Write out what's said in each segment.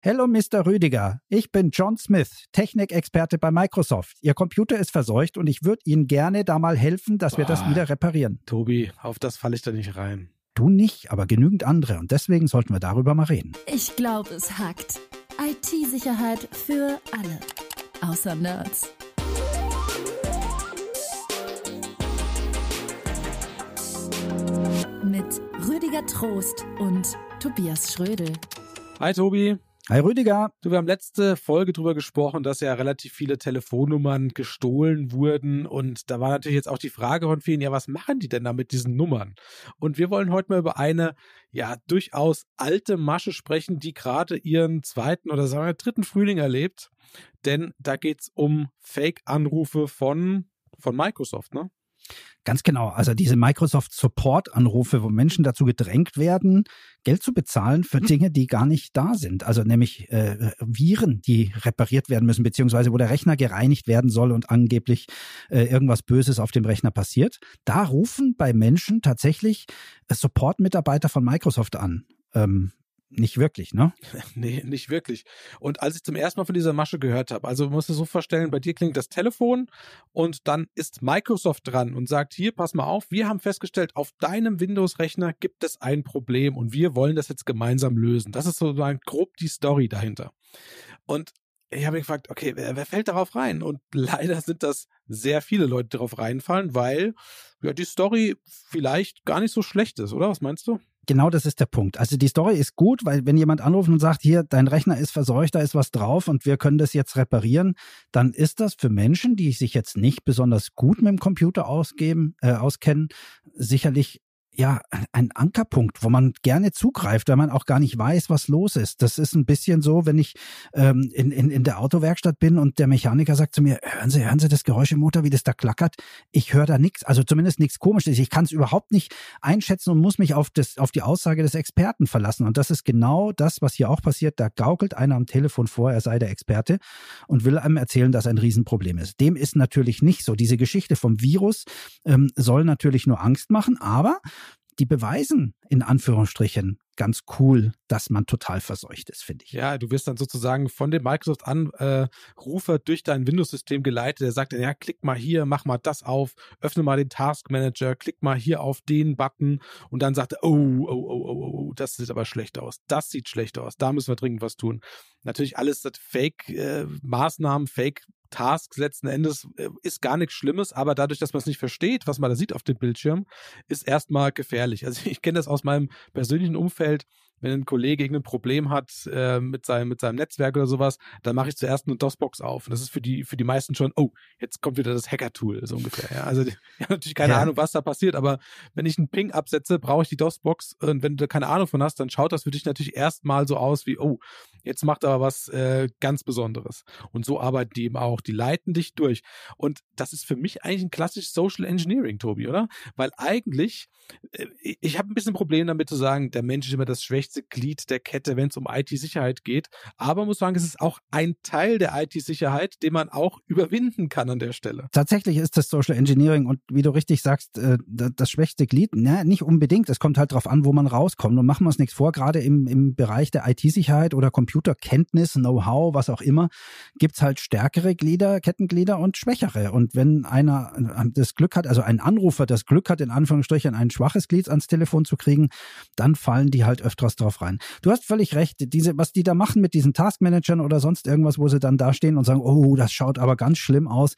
Hello, Mr. Rüdiger. Ich bin John Smith, Technikexperte bei Microsoft. Ihr Computer ist verseucht und ich würde Ihnen gerne da mal helfen, dass wir das wieder reparieren. Tobi, auf das falle ich da nicht rein. Du nicht, aber genügend andere und deswegen sollten wir darüber mal reden. Ich glaube, es hackt. IT-Sicherheit für alle. Außer Nerds. Mit Rüdiger Trost und Tobias Schrödel. Hi Tobi. Hi Rüdiger. Wir haben letzte Folge drüber gesprochen, dass ja relativ viele Telefonnummern gestohlen wurden und da war natürlich jetzt auch die Frage von vielen, ja, was machen die denn da mit diesen Nummern? Und wir wollen heute mal über eine, ja, durchaus alte Masche sprechen, die gerade ihren zweiten oder sagen wir dritten Frühling erlebt, denn da geht's um Fake-Anrufe von Microsoft, ne? Ganz genau, also diese Microsoft-Support-Anrufe, wo Menschen dazu gedrängt werden, Geld zu bezahlen für Dinge, die gar nicht da sind. Also nämlich Viren, die repariert werden müssen, beziehungsweise wo der Rechner gereinigt werden soll und angeblich irgendwas Böses auf dem Rechner passiert. Da rufen bei Menschen tatsächlich Support-Mitarbeiter von Microsoft an. Nicht wirklich, ne? Nee, nicht wirklich. Und als ich zum ersten Mal von dieser Masche gehört habe, also musst du so vorstellen, bei dir klingt das Telefon und dann ist Microsoft dran und sagt, hier, pass mal auf, wir haben festgestellt, auf deinem Windows-Rechner gibt es ein Problem und wir wollen das jetzt gemeinsam lösen. Das ist sozusagen grob die Story dahinter. Und ich habe mich gefragt, okay, wer fällt darauf rein? Und leider sind das sehr viele Leute, die darauf reinfallen, weil ja die Story vielleicht gar nicht so schlecht ist, oder? Was meinst du? Genau, das ist der Punkt. Also die Story ist gut, weil wenn jemand anruft und sagt, hier, dein Rechner ist verseucht, da ist was drauf und wir können das jetzt reparieren, dann ist das für Menschen, die sich jetzt nicht besonders gut mit dem Computer auskennen, sicherlich ja ein Ankerpunkt, wo man gerne zugreift, weil man auch gar nicht weiß, was los ist. Das ist ein bisschen so, wenn ich in der Autowerkstatt bin und der Mechaniker sagt zu mir, hören Sie das Geräusch im Motor, wie das da klackert? Ich höre da nichts, also zumindest nichts Komisches. Ich kann es überhaupt nicht einschätzen und muss mich auf die Aussage des Experten verlassen. Und das ist genau das, was hier auch passiert. Da gaukelt einer am Telefon vor, er sei der Experte und will einem erzählen, dass ein Riesenproblem ist. Dem ist natürlich nicht so. Diese Geschichte vom Virus soll natürlich nur Angst machen, aber die beweisen in Anführungsstrichen ganz cool, dass man total verseucht ist, finde ich. Ja, du wirst dann sozusagen von dem Microsoft-Anrufer durch dein Windows-System geleitet. Der sagt dann, ja, klick mal hier, mach mal das auf, öffne mal den Task Manager, klick mal hier auf den Button und dann sagt er, oh, das sieht aber schlecht aus. Das sieht schlecht aus. Da müssen wir dringend was tun. Natürlich alles das Fake-Maßnahmen, Fake-Tasks letzten Endes ist gar nichts Schlimmes, aber dadurch, dass man es nicht versteht, was man da sieht auf dem Bildschirm, ist erstmal gefährlich. Also ich kenne das aus meinem persönlichen Umfeld, wenn ein Kollege irgendein Problem hat mit seinem Netzwerk oder sowas, dann mache ich zuerst eine DOS-Box auf. Und das ist für die meisten schon, oh, jetzt kommt wieder das Hacker-Tool, so ungefähr. Ja, also ich habe natürlich keine Ahnung, was da passiert, aber wenn ich einen Ping absetze, brauche ich die DOS-Box und wenn du keine Ahnung von hast, dann schaut das für dich natürlich erstmal so aus wie, oh, jetzt macht aber was ganz Besonderes. Und so arbeiten die eben auch. Die leiten dich durch. Und das ist für mich eigentlich ein klassisches Social Engineering, Tobi, oder? Weil eigentlich, ich habe ein bisschen ein Problem damit zu sagen, der Mensch ist immer das schwächste Glied der Kette, wenn es um IT-Sicherheit geht. Aber muss sagen, es ist auch ein Teil der IT-Sicherheit, den man auch überwinden kann an der Stelle. Tatsächlich ist das Social Engineering und wie du richtig sagst, das schwächste Glied, nicht unbedingt. Es kommt halt drauf an, wo man rauskommt. Und machen wir uns nichts vor, gerade im Bereich der IT-Sicherheit oder Computerkenntnis, Know-how, was auch immer, gibt's halt stärkere Kettenglieder und schwächere. Und wenn einer das Glück hat, also ein Anrufer das Glück hat, in Anführungsstrichen ein schwaches Glied ans Telefon zu kriegen, dann fallen die halt öfters drauf rein. Du hast völlig recht, was die da machen mit diesen Taskmanagern oder sonst irgendwas, wo sie dann da stehen und sagen, oh, das schaut aber ganz schlimm aus,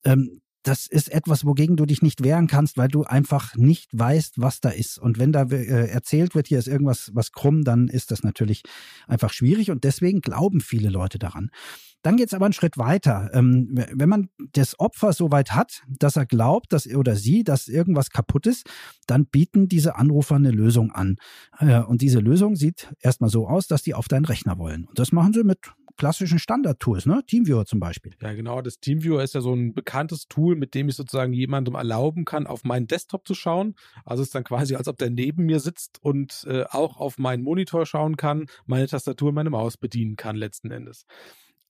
das ist etwas, wogegen du dich nicht wehren kannst, weil du einfach nicht weißt, was da ist. Und wenn da erzählt wird, hier ist irgendwas was krumm, dann ist das natürlich einfach schwierig und deswegen glauben viele Leute daran. Dann geht's aber einen Schritt weiter. Wenn man das Opfer so weit hat, dass er glaubt, dass irgendwas kaputt ist, dann bieten diese Anrufer eine Lösung an. Und diese Lösung sieht erstmal so aus, dass die auf deinen Rechner wollen. Und das machen sie mit klassischen Standard-Tools, ne? Teamviewer zum Beispiel. Ja, genau. Das Teamviewer ist ja so ein bekanntes Tool, mit dem ich sozusagen jemandem erlauben kann, auf meinen Desktop zu schauen. Also es ist dann quasi, als ob der neben mir sitzt und auch auf meinen Monitor schauen kann, meine Tastatur, meine Maus bedienen kann letzten Endes.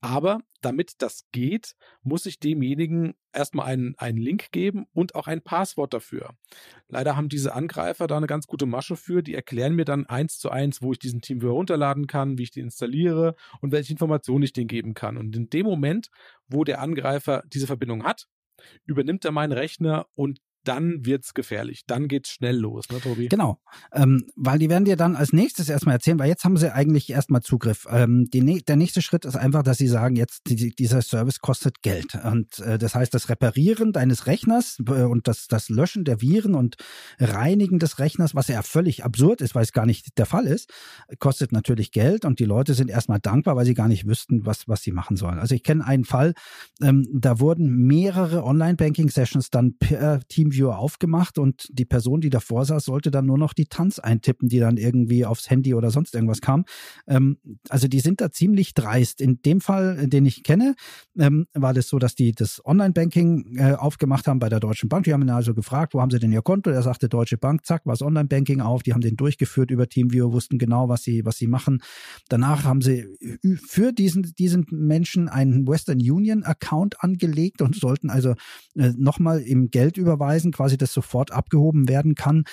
Aber damit das geht, muss ich demjenigen erstmal einen Link geben und auch ein Passwort dafür. Leider haben diese Angreifer da eine ganz gute Masche für. Die erklären mir dann 1:1, wo ich diesen TeamViewer runterladen kann, wie ich den installiere und welche Informationen ich denen geben kann. Und in dem Moment, wo der Angreifer diese Verbindung hat, übernimmt er meinen Rechner und dann wird's gefährlich. Dann geht's schnell los, ne, Tobi? Genau, weil die werden dir dann als nächstes erstmal erzählen, weil jetzt haben sie eigentlich erstmal Zugriff. Der nächste Schritt ist einfach, dass sie sagen, jetzt dieser Service kostet Geld. Und das heißt, das Reparieren deines Rechners und das Löschen der Viren und Reinigen des Rechners, was ja völlig absurd ist, weil es gar nicht der Fall ist, kostet natürlich Geld und die Leute sind erstmal dankbar, weil sie gar nicht wüssten, was sie machen sollen. Also ich kenne einen Fall, da wurden mehrere Online-Banking-Sessions dann per TeamViewer aufgemacht und die Person, die davor saß, sollte dann nur noch die Tanz eintippen, die dann irgendwie aufs Handy oder sonst irgendwas kam. Also die sind da ziemlich dreist. In dem Fall, den ich kenne, war das so, dass die das Online-Banking aufgemacht haben bei der Deutschen Bank. Die haben ihn also gefragt, wo haben sie denn ihr Konto? Er sagte Deutsche Bank, zack, war das Online-Banking auf. Die haben den durchgeführt über TeamViewer, wussten genau, was sie machen. Danach haben sie für diesen Menschen einen Western Union-Account angelegt und sollten also nochmal ihm Geld überweisen, quasi das sofort abgehoben werden kann.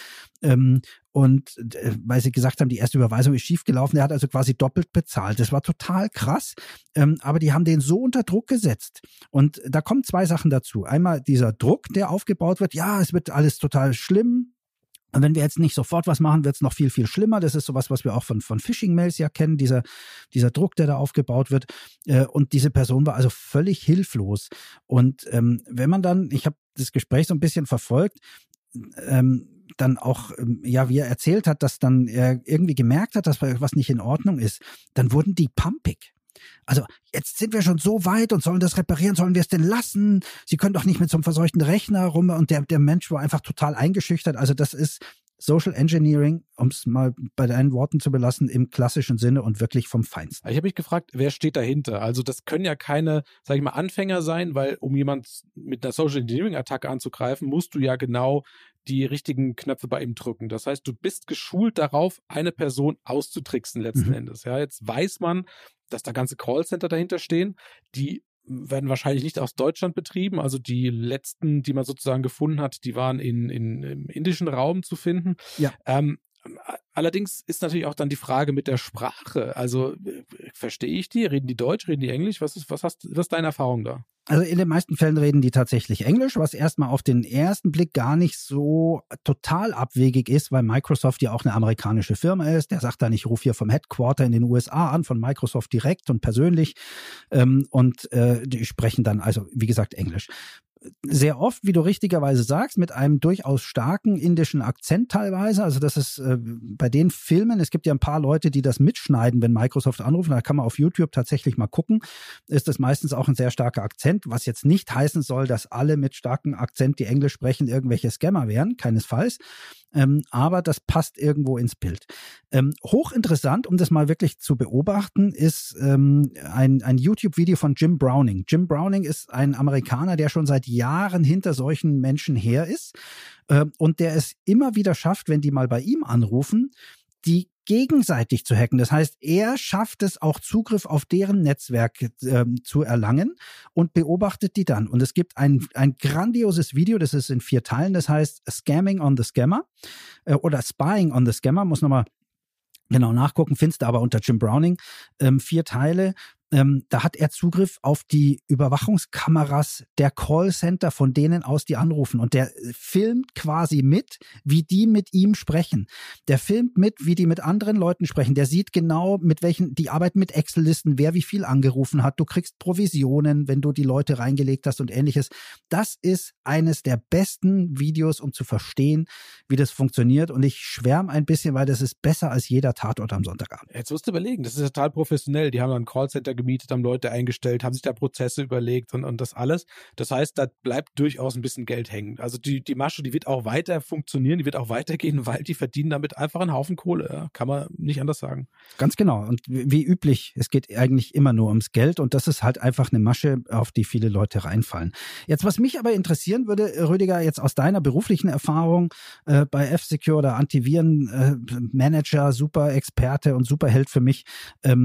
Weil sie gesagt haben, die erste Überweisung ist schiefgelaufen, er hat also quasi doppelt bezahlt. Das war total krass, aber die haben den so unter Druck gesetzt. Und da kommen zwei Sachen dazu. Einmal dieser Druck, der aufgebaut wird, ja, es wird alles total schlimm. Und wenn wir jetzt nicht sofort was machen, wird es noch viel, viel schlimmer. Das ist sowas, was wir auch von Phishing-Mails ja kennen, dieser Druck, der da aufgebaut wird. Und diese Person war also völlig hilflos. Und wenn man dann, ich habe das Gespräch so ein bisschen verfolgt, dann auch, wie er erzählt hat, dass dann er irgendwie gemerkt hat, dass was nicht in Ordnung ist, dann wurden die pumpig. Also jetzt sind wir schon so weit und sollen das reparieren, sollen wir es denn lassen? Sie können doch nicht mit so einem verseuchten Rechner rum. Und der Mensch war einfach total eingeschüchtert. Also das ist Social Engineering, um es mal bei deinen Worten zu belassen, im klassischen Sinne und wirklich vom Feinsten. Ich habe mich gefragt, wer steht dahinter? Also das können ja keine, sag ich mal, Anfänger sein, weil um jemand mit einer Social Engineering-Attacke anzugreifen, musst du ja genau die richtigen Knöpfe bei ihm drücken. Das heißt, du bist geschult darauf, eine Person auszutricksen letzten Endes. Ja, jetzt weiß man, dass da ganze Callcenter dahinter stehen, die werden wahrscheinlich nicht aus Deutschland betrieben. Also die letzten, die man sozusagen gefunden hat, die waren im indischen Raum zu finden. Ja. Allerdings ist natürlich auch dann die Frage mit der Sprache. Also verstehe ich die? Reden die Deutsch? Reden die Englisch? Was ist deine Erfahrung da? Also in den meisten Fällen reden die tatsächlich Englisch, was erstmal auf den ersten Blick gar nicht so total abwegig ist, weil Microsoft ja auch eine amerikanische Firma ist. Der sagt dann, ich rufe hier vom Headquarter in den USA an, von Microsoft direkt und persönlich. Die sprechen dann also, wie gesagt, Englisch. Sehr oft, wie du richtigerweise sagst, mit einem durchaus starken indischen Akzent teilweise. Also das ist bei den Filmen, es gibt ja ein paar Leute, die das mitschneiden, wenn Microsoft anrufen, da kann man auf YouTube tatsächlich mal gucken, ist das meistens auch ein sehr starker Akzent, was jetzt nicht heißen soll, dass alle mit starkem Akzent, die Englisch sprechen, irgendwelche Scammer wären, keinesfalls. Aber das passt irgendwo ins Bild. Hochinteressant, um das mal wirklich zu beobachten, ist ein YouTube-Video von Jim Browning. Jim Browning ist ein Amerikaner, der schon seit Jahren hinter solchen Menschen her ist und der es immer wieder schafft, wenn die mal bei ihm anrufen, die gegenseitig zu hacken. Das heißt, er schafft es auch Zugriff auf deren Netzwerk zu erlangen und beobachtet die dann. Und es gibt ein grandioses Video, das ist in 4 Teilen, das heißt Scamming on the Scammer oder Spying on the Scammer, muss nochmal genau nachgucken, findest du aber unter Jim Browning, 4 Teile. Da hat er Zugriff auf die Überwachungskameras der Callcenter, von denen aus die anrufen. Und der filmt quasi mit, wie die mit ihm sprechen. Der filmt mit, wie die mit anderen Leuten sprechen. Der sieht genau, mit welchen, die arbeiten mit Excel-Listen, wer wie viel angerufen hat. Du kriegst Provisionen, wenn du die Leute reingelegt hast und ähnliches. Das ist eines der besten Videos, um zu verstehen, wie das funktioniert. Und ich schwärme ein bisschen, weil das ist besser als jeder Tatort am Sonntagabend. Jetzt musst du überlegen, das ist total professionell. Die haben dann ein Callcenter gemietet, haben Leute eingestellt, haben sich da Prozesse überlegt und das alles. Das heißt, da bleibt durchaus ein bisschen Geld hängen. Also die Masche, die wird auch weiter funktionieren, die wird auch weitergehen, weil die verdienen damit einfach einen Haufen Kohle. Ja? Kann man nicht anders sagen. Ganz genau. Und wie üblich, es geht eigentlich immer nur ums Geld und das ist halt einfach eine Masche, auf die viele Leute reinfallen. Jetzt, was mich aber interessieren würde, Rüdiger, jetzt aus deiner beruflichen Erfahrung bei F-Secure oder Antivirenmanager, super Experte und Superheld für mich,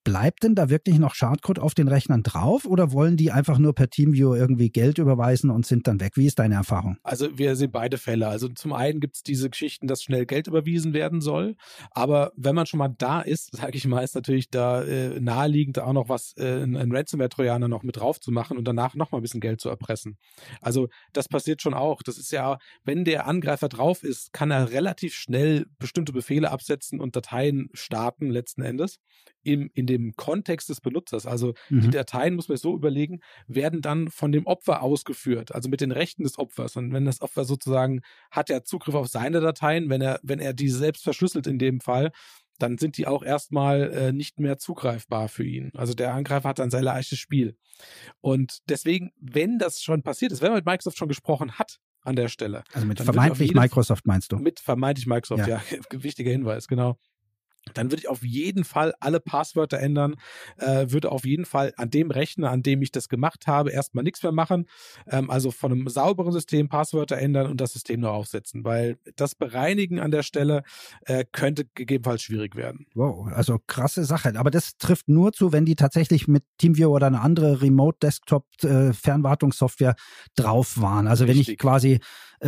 bleibt denn da wirklich noch Schadcode auf den Rechnern drauf oder wollen die einfach nur per TeamViewer irgendwie Geld überweisen und sind dann weg? Wie ist deine Erfahrung? Also wir sehen beide Fälle. Also zum einen gibt es diese Geschichten, dass schnell Geld überwiesen werden soll, aber wenn man schon mal da ist, sage ich mal, ist natürlich da naheliegend auch noch was, ein Ransomware-Trojaner noch mit drauf zu machen und danach noch mal ein bisschen Geld zu erpressen. Also das passiert schon auch. Das ist ja, wenn der Angreifer drauf ist, kann er relativ schnell bestimmte Befehle absetzen und Dateien starten letzten Endes in dem Kontext des Benutzers. Also die Dateien, muss man sich so überlegen, werden dann von dem Opfer ausgeführt, also mit den Rechten des Opfers. Und wenn das Opfer sozusagen hat ja Zugriff auf seine Dateien, wenn er die selbst verschlüsselt in dem Fall, dann sind die auch erstmal nicht mehr zugreifbar für ihn. Also der Angreifer hat dann sein leichtes Spiel. Und deswegen, wenn das schon passiert ist, wenn man mit Microsoft schon gesprochen hat an der Stelle. Also mit vermeintlich Microsoft meinst du? Mit vermeintlich Microsoft, ja. Wichtiger Hinweis, genau. Dann würde ich auf jeden Fall alle Passwörter ändern, würde auf jeden Fall an dem Rechner, an dem ich das gemacht habe, erstmal nichts mehr machen. Also von einem sauberen System Passwörter ändern und das System noch aufsetzen, weil das Bereinigen an der Stelle könnte gegebenenfalls schwierig werden. Wow, also krasse Sache. Aber das trifft nur zu, wenn die tatsächlich mit TeamViewer oder eine andere Remote-Desktop-Fernwartungssoftware drauf waren. Also wenn ich quasi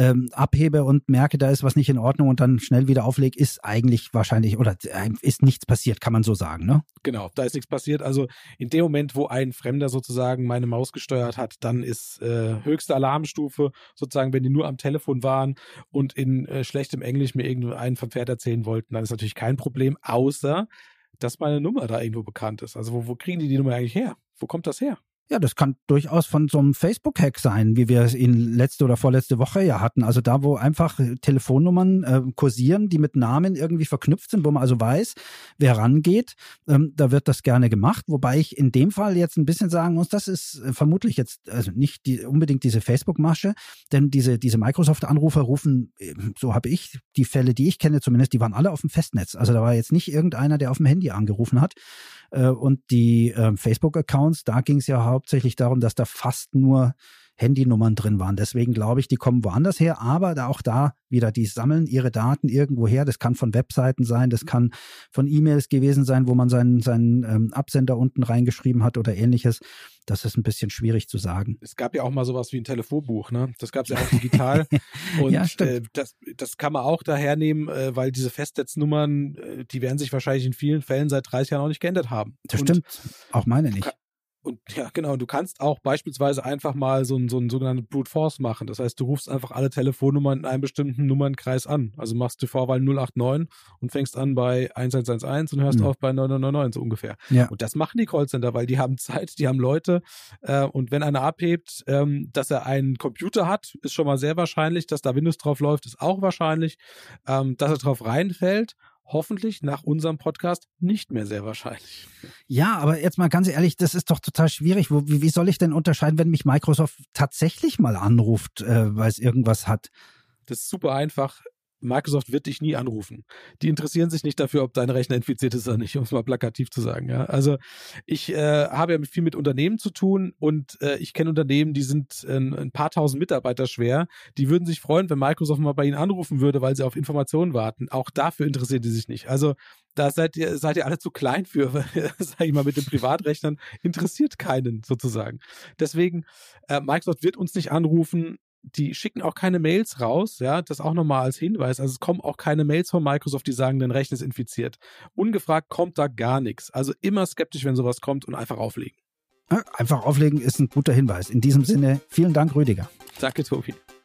abhebe und merke, da ist was nicht in Ordnung und dann schnell wieder auflege, ist eigentlich wahrscheinlich oder ist nichts passiert, kann man so sagen, ne? Genau, da ist nichts passiert. Also in dem Moment, wo ein Fremder sozusagen meine Maus gesteuert hat, dann ist höchste Alarmstufe, sozusagen, wenn die nur am Telefon waren und in schlechtem Englisch mir irgendeinen vom Pferd erzählen wollten, dann ist natürlich kein Problem, außer dass meine Nummer da irgendwo bekannt ist. Also wo kriegen die Nummer eigentlich her? Wo kommt das her? Ja, das kann durchaus von so einem Facebook-Hack sein, wie wir es in letzte oder vorletzte Woche ja hatten. Also da, wo einfach Telefonnummern kursieren, die mit Namen irgendwie verknüpft sind, wo man also weiß, wer rangeht, da wird das gerne gemacht. Wobei ich in dem Fall jetzt ein bisschen sagen muss, das ist vermutlich jetzt also nicht unbedingt diese Facebook-Masche, denn diese Microsoft-Anrufer rufen, so habe ich die Fälle, die ich kenne zumindest, die waren alle auf dem Festnetz. Also da war jetzt nicht irgendeiner, der auf dem Handy angerufen hat. Und die Facebook-Accounts, da ging es ja hauptsächlich darum, dass da fast nur Handynummern drin waren. Deswegen glaube ich, die kommen woanders her, aber auch da wieder, die sammeln ihre Daten irgendwo her. Das kann von Webseiten sein, das kann von E-Mails gewesen sein, wo man seinen Absender unten reingeschrieben hat oder ähnliches. Das ist ein bisschen schwierig zu sagen. Es gab ja auch mal sowas wie ein Telefonbuch, ne? Das gab es ja auch digital. Und ja, stimmt. Das kann man auch daher nehmen, weil diese Festnetznummern, die werden sich wahrscheinlich in vielen Fällen seit 30 Jahren auch nicht geändert haben. Das stimmt, auch meine nicht. Und ja, genau, du kannst auch beispielsweise einfach mal so einen sogenannten Brute Force machen. Das heißt, du rufst einfach alle Telefonnummern in einem bestimmten Nummernkreis an. Also machst du Vorwahl 089 und fängst an bei 1111 und hörst auf bei 9999 so ungefähr. Ja. Und das machen die Callcenter, weil die haben Zeit, die haben Leute. Und wenn einer abhebt, dass er einen Computer hat, ist schon mal sehr wahrscheinlich. Dass da Windows drauf läuft, ist auch wahrscheinlich. Dass er drauf reinfällt, hoffentlich nach unserem Podcast nicht mehr sehr wahrscheinlich. Ja, aber jetzt mal ganz ehrlich, das ist doch total schwierig. Wie soll ich denn unterscheiden, wenn mich Microsoft tatsächlich mal anruft, weil es irgendwas hat? Das ist super einfach. Microsoft wird dich nie anrufen. Die interessieren sich nicht dafür, ob dein Rechner infiziert ist oder nicht, um es mal plakativ zu sagen. Ja? Also ich habe ja viel mit Unternehmen zu tun und ich kenne Unternehmen, die sind ein paar tausend Mitarbeiter schwer. Die würden sich freuen, wenn Microsoft mal bei ihnen anrufen würde, weil sie auf Informationen warten. Auch dafür interessieren die sich nicht. Also da seid ihr alle zu klein für, sag ich mal, mit den Privatrechnern interessiert keinen sozusagen. Deswegen, Microsoft wird uns nicht anrufen. Die schicken auch keine Mails raus, ja, das auch nochmal als Hinweis. Also es kommen auch keine Mails von Microsoft, die sagen, dein Rechner ist infiziert. Ungefragt kommt da gar nichts. Also immer skeptisch, wenn sowas kommt und einfach auflegen. Einfach auflegen ist ein guter Hinweis. In diesem Sinne, vielen Dank, Rüdiger. Danke, Tobi.